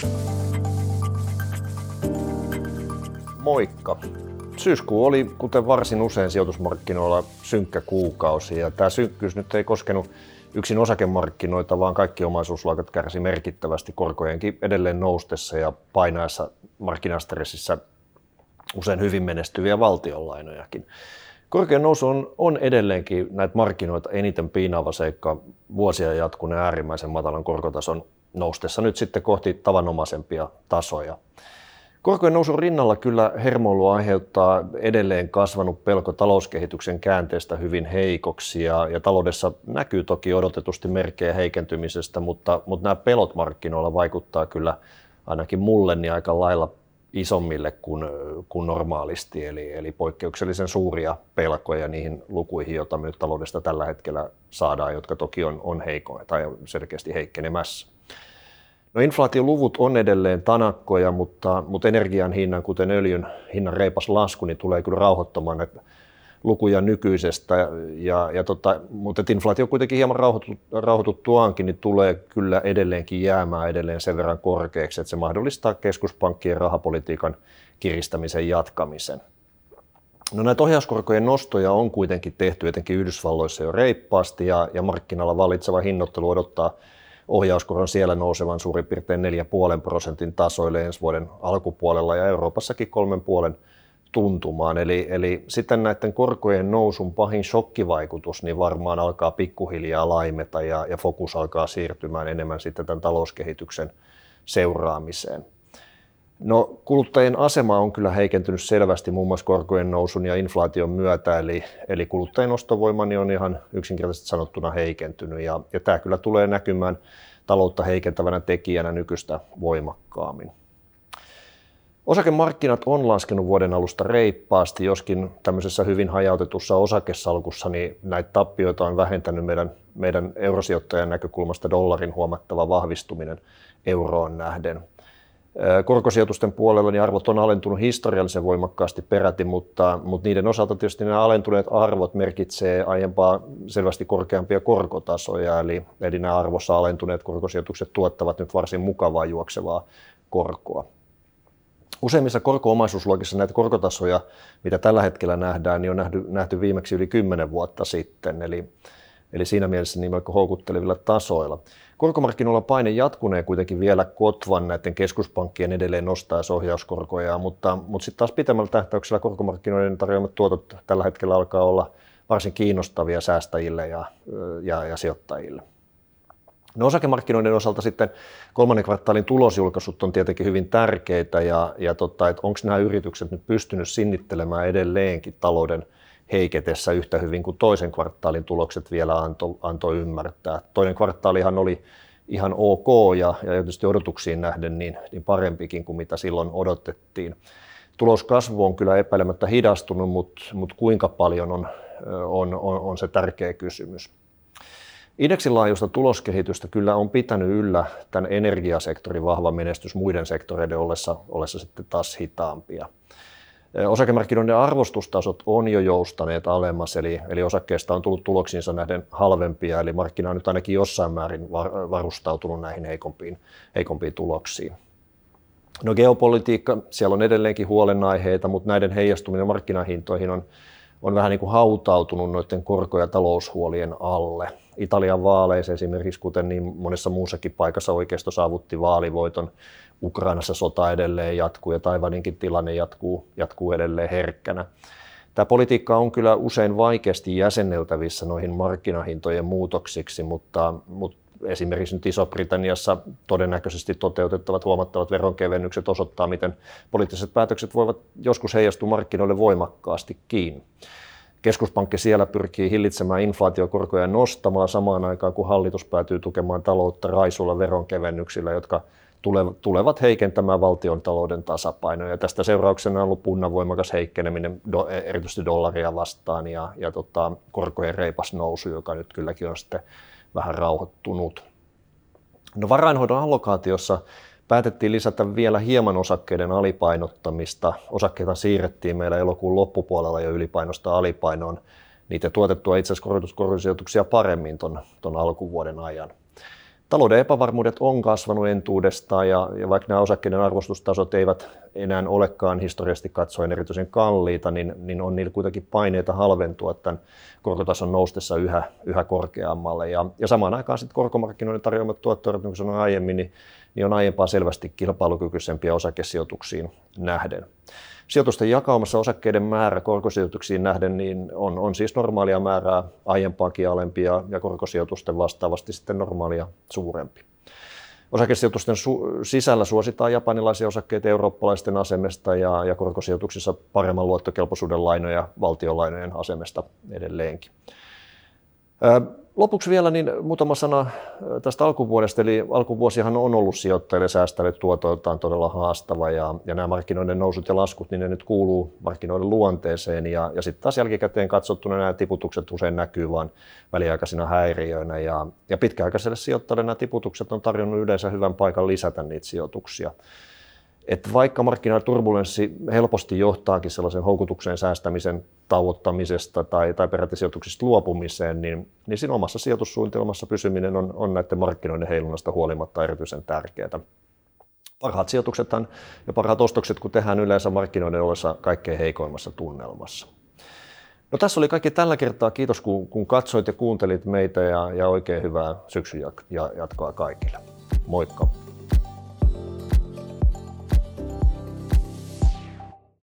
Moikka! Syyskuu oli, kuten varsin usein sijoitusmarkkinoilla, synkkä kuukausi, ja tämä synkkyys nyt ei koskenut yksin osakemarkkinoita, vaan kaikki omaisuusluokat kärsi merkittävästi korkojenkin edelleen noustessa ja painaessa markkinastressissä usein hyvin menestyviä valtionlainojakin. Korkean nousu on edelleenkin näitä markkinoita eniten piinaava seikka vuosia jatkuneen äärimmäisen matalan korkotason noustessa nyt sitten kohti tavanomaisempia tasoja. Korkojen nousun rinnalla kyllä hermoilua aiheuttaa edelleen kasvanut pelko talouskehityksen käänteestä hyvin heikoksi ja taloudessa näkyy toki odotetusti merkkejä heikentymisestä, mutta nämä pelot markkinoilla vaikuttaa kyllä ainakin mulle niin aika lailla isommille kuin normaalisti, eli poikkeuksellisen suuria pelkoja niihin lukuihin, joita me nyt taloudesta tällä hetkellä saadaan, jotka toki on heikoja tai selkeästi heikkenemässä. No, inflaatioluvut on edelleen tanakkoja, mutta energian hinnan, kuten öljyn hinnan reipas lasku, niin tulee kyllä rauhoittamaan näitä lukuja nykyisestä. Mutta inflaatio kuitenkin hieman rauhoituttuaankin, niin tulee kyllä edelleenkin jäämään edelleen sen verran korkeaksi, että se mahdollistaa keskuspankkien rahapolitiikan kiristämisen jatkamisen. No, näitä ohjauskorkojen nostoja on kuitenkin tehty etenkin Yhdysvalloissa jo reippaasti ja markkinalla vallitseva hinnoittelu odottaa ohjauskoron siellä nousevan suurin piirtein 4,5% tasoille ensi vuoden alkupuolella ja Euroopassakin 3,5% tuntumaan. Eli sitten näiden korkojen nousun pahin shokkivaikutus niin varmaan alkaa pikkuhiljaa laimeta ja fokus alkaa siirtymään enemmän sitten tämän talouskehityksen seuraamiseen. No, kuluttajien asema on kyllä heikentynyt selvästi muun muassa korkojen nousun ja inflaation myötä, eli kuluttajien ostovoima on ihan yksinkertaisesti sanottuna heikentynyt ja tämä kyllä tulee näkymään taloutta heikentävänä tekijänä nykyistä voimakkaammin. Osakemarkkinat on laskenut vuoden alusta reippaasti, joskin tämmöisessä hyvin hajautetussa osakesalkussa niin näitä tappioita on vähentänyt meidän eurosijoittajan näkökulmasta dollarin huomattava vahvistuminen euroon nähden. Korkosijoitusten puolella niin arvot on alentunut historiallisen voimakkaasti peräti, mutta niiden osalta tietysti nämä alentuneet arvot merkitsee aiempaa selvästi korkeampia korkotasoja, eli nämä arvossa alentuneet korkosijoitukset tuottavat nyt varsin mukavaa juoksevaa korkoa. Useimmissa korko-omaisuusluokissa näitä korkotasoja, mitä tällä hetkellä nähdään, niin on nähty viimeksi yli 10 vuotta sitten, eli siinä mielessä niin melko houkuttelevilla tasoilla. Korkomarkkinoilla paine jatkunee kuitenkin vielä kotvan näiden keskuspankkien edelleen nostaessa ohjauskorkoja, mutta sitten taas pitemmällä tähtäyksellä korkomarkkinoiden tarjoamat tuotot tällä hetkellä alkaa olla varsin kiinnostavia säästäjille ja sijoittajille. No, osakemarkkinoiden osalta sitten kolmannen kvartaalin tulosjulkaisut on tietenkin hyvin tärkeitä että onko nämä yritykset nyt pystynyt sinnittelemään edelleenkin talouden heiketessä yhtä hyvin kuin toisen kvartaalin tulokset vielä antoi ymmärtää. Toinen kvartaalihan oli ihan ok ja tietysti odotuksiin nähden niin parempikin kuin mitä silloin odotettiin. Tuloskasvu on kyllä epäilemättä hidastunut, mutta kuinka paljon on se tärkeä kysymys. Indeksin laajuista tuloskehitystä kyllä on pitänyt yllä tämän energiasektorin vahva menestys muiden sektoreiden ollessa sitten taas hitaampia. Osakemarkkinoiden arvostustasot on jo joustaneet alemmas, eli osakkeesta on tullut tuloksiinsa nähden halvempia, eli markkina on nyt ainakin jossain määrin varustautunut näihin heikompiin tuloksiin. No, geopolitiikka, siellä on edelleenkin huolenaiheita, mutta näiden heijastuminen markkinahintoihin on vähän niin kuin hautautunut noiden korko- ja taloushuolien alle. Italian vaaleissa esimerkiksi, kuten niin monessa muussakin paikassa, oikeisto saavutti vaalivoiton. Ukrainassa sota edelleen jatkuu ja Taiwaninkin tilanne jatkuu edelleen herkkänä. Tämä politiikka on kyllä usein vaikeasti jäsenneltävissä noihin markkinahintojen muutoksiksi, mutta esimerkiksi nyt Iso-Britanniassa todennäköisesti toteutettavat huomattavat veronkevennykset osoittaa, miten poliittiset päätökset voivat joskus heijastua markkinoille voimakkaastikin. Keskuspankki siellä pyrkii hillitsemään inflaatiokorkoja nostamaan samaan aikaan, kun hallitus päätyy tukemaan taloutta raisuilla veronkevennyksillä, jotka tulevat heikentämään valtion talouden tasapainoa. Ja tästä seurauksena on ollut punnan voimakas heikkeneminen erityisesti dollaria vastaan ja korkojen reipas nousu, joka nyt kylläkin on sitten vähän rauhoittunut. No, varainhoidon allokaatiossa päätettiin lisätä vielä hieman osakkeiden alipainottamista. Osakkeita siirrettiin meillä elokuun loppupuolella jo ylipainosta alipainoon. Niitä tuotettua itse asiassa korkosijoituksia paremmin ton alkuvuoden ajan. Talouden epävarmuudet on kasvanut entuudestaan ja vaikka nämä osakkeiden arvostustasot eivät enää olekaan historiallisesti katsoen erityisen kalliita, niin on niillä kuitenkin paineita halventua tämän korkotason noustessa yhä korkeammalle. Ja samaan aikaan sitten korkomarkkinoiden tarjoamat tuottoerot, niin kuin sanoin aiemmin, niin on aiempaa selvästi kilpailukykyisempiä osakesijoituksiin nähden. Sijoitusten jakaumassa osakkeiden määrä korkosijoituksiin nähden niin on siis normaalia määrää aiempaakin alempi ja korkosijoitusten vastaavasti sitten normaalia suurempi. Osakesijoitusten sisällä suositaan japanilaisia osakkeita eurooppalaisten asemesta ja korkosijoituksissa paremman luottokelpoisuuden lainoja valtionlainojen asemesta edelleenkin. Lopuksi vielä niin muutama sana tästä alkuvuodesta, eli alkuvuosihan on ollut sijoittajille säästäjille tuotoiltaan todella haastava ja nämä markkinoiden nousut ja laskut, niin ne nyt kuuluu markkinoiden luonteeseen ja sitten taas jälkikäteen katsottuna nämä tiputukset usein näkyy vain väliaikaisina häiriöinä ja pitkäaikaiselle sijoittajalle nämä tiputukset on tarjonnut yleensä hyvän paikan lisätä niitä sijoituksia. Että vaikka markkinaturbulenssi helposti johtaakin sellaisen houkutukseen säästämisen tauottamisesta tai perätesijoituksista luopumiseen, niin siinä omassa sijoitussuunnitelmassa pysyminen on näiden markkinoiden heilunnasta huolimatta erityisen tärkeää. Parhaat sijoituksethan ja parhaat ostokset, kun tehdään yleensä markkinoiden ollessa kaikkein heikoimmassa tunnelmassa. No tässä oli kaikki tällä kertaa. Kiitos kun katsoit ja kuuntelit meitä ja oikein hyvää syksyn jatkoa kaikille. Moikka!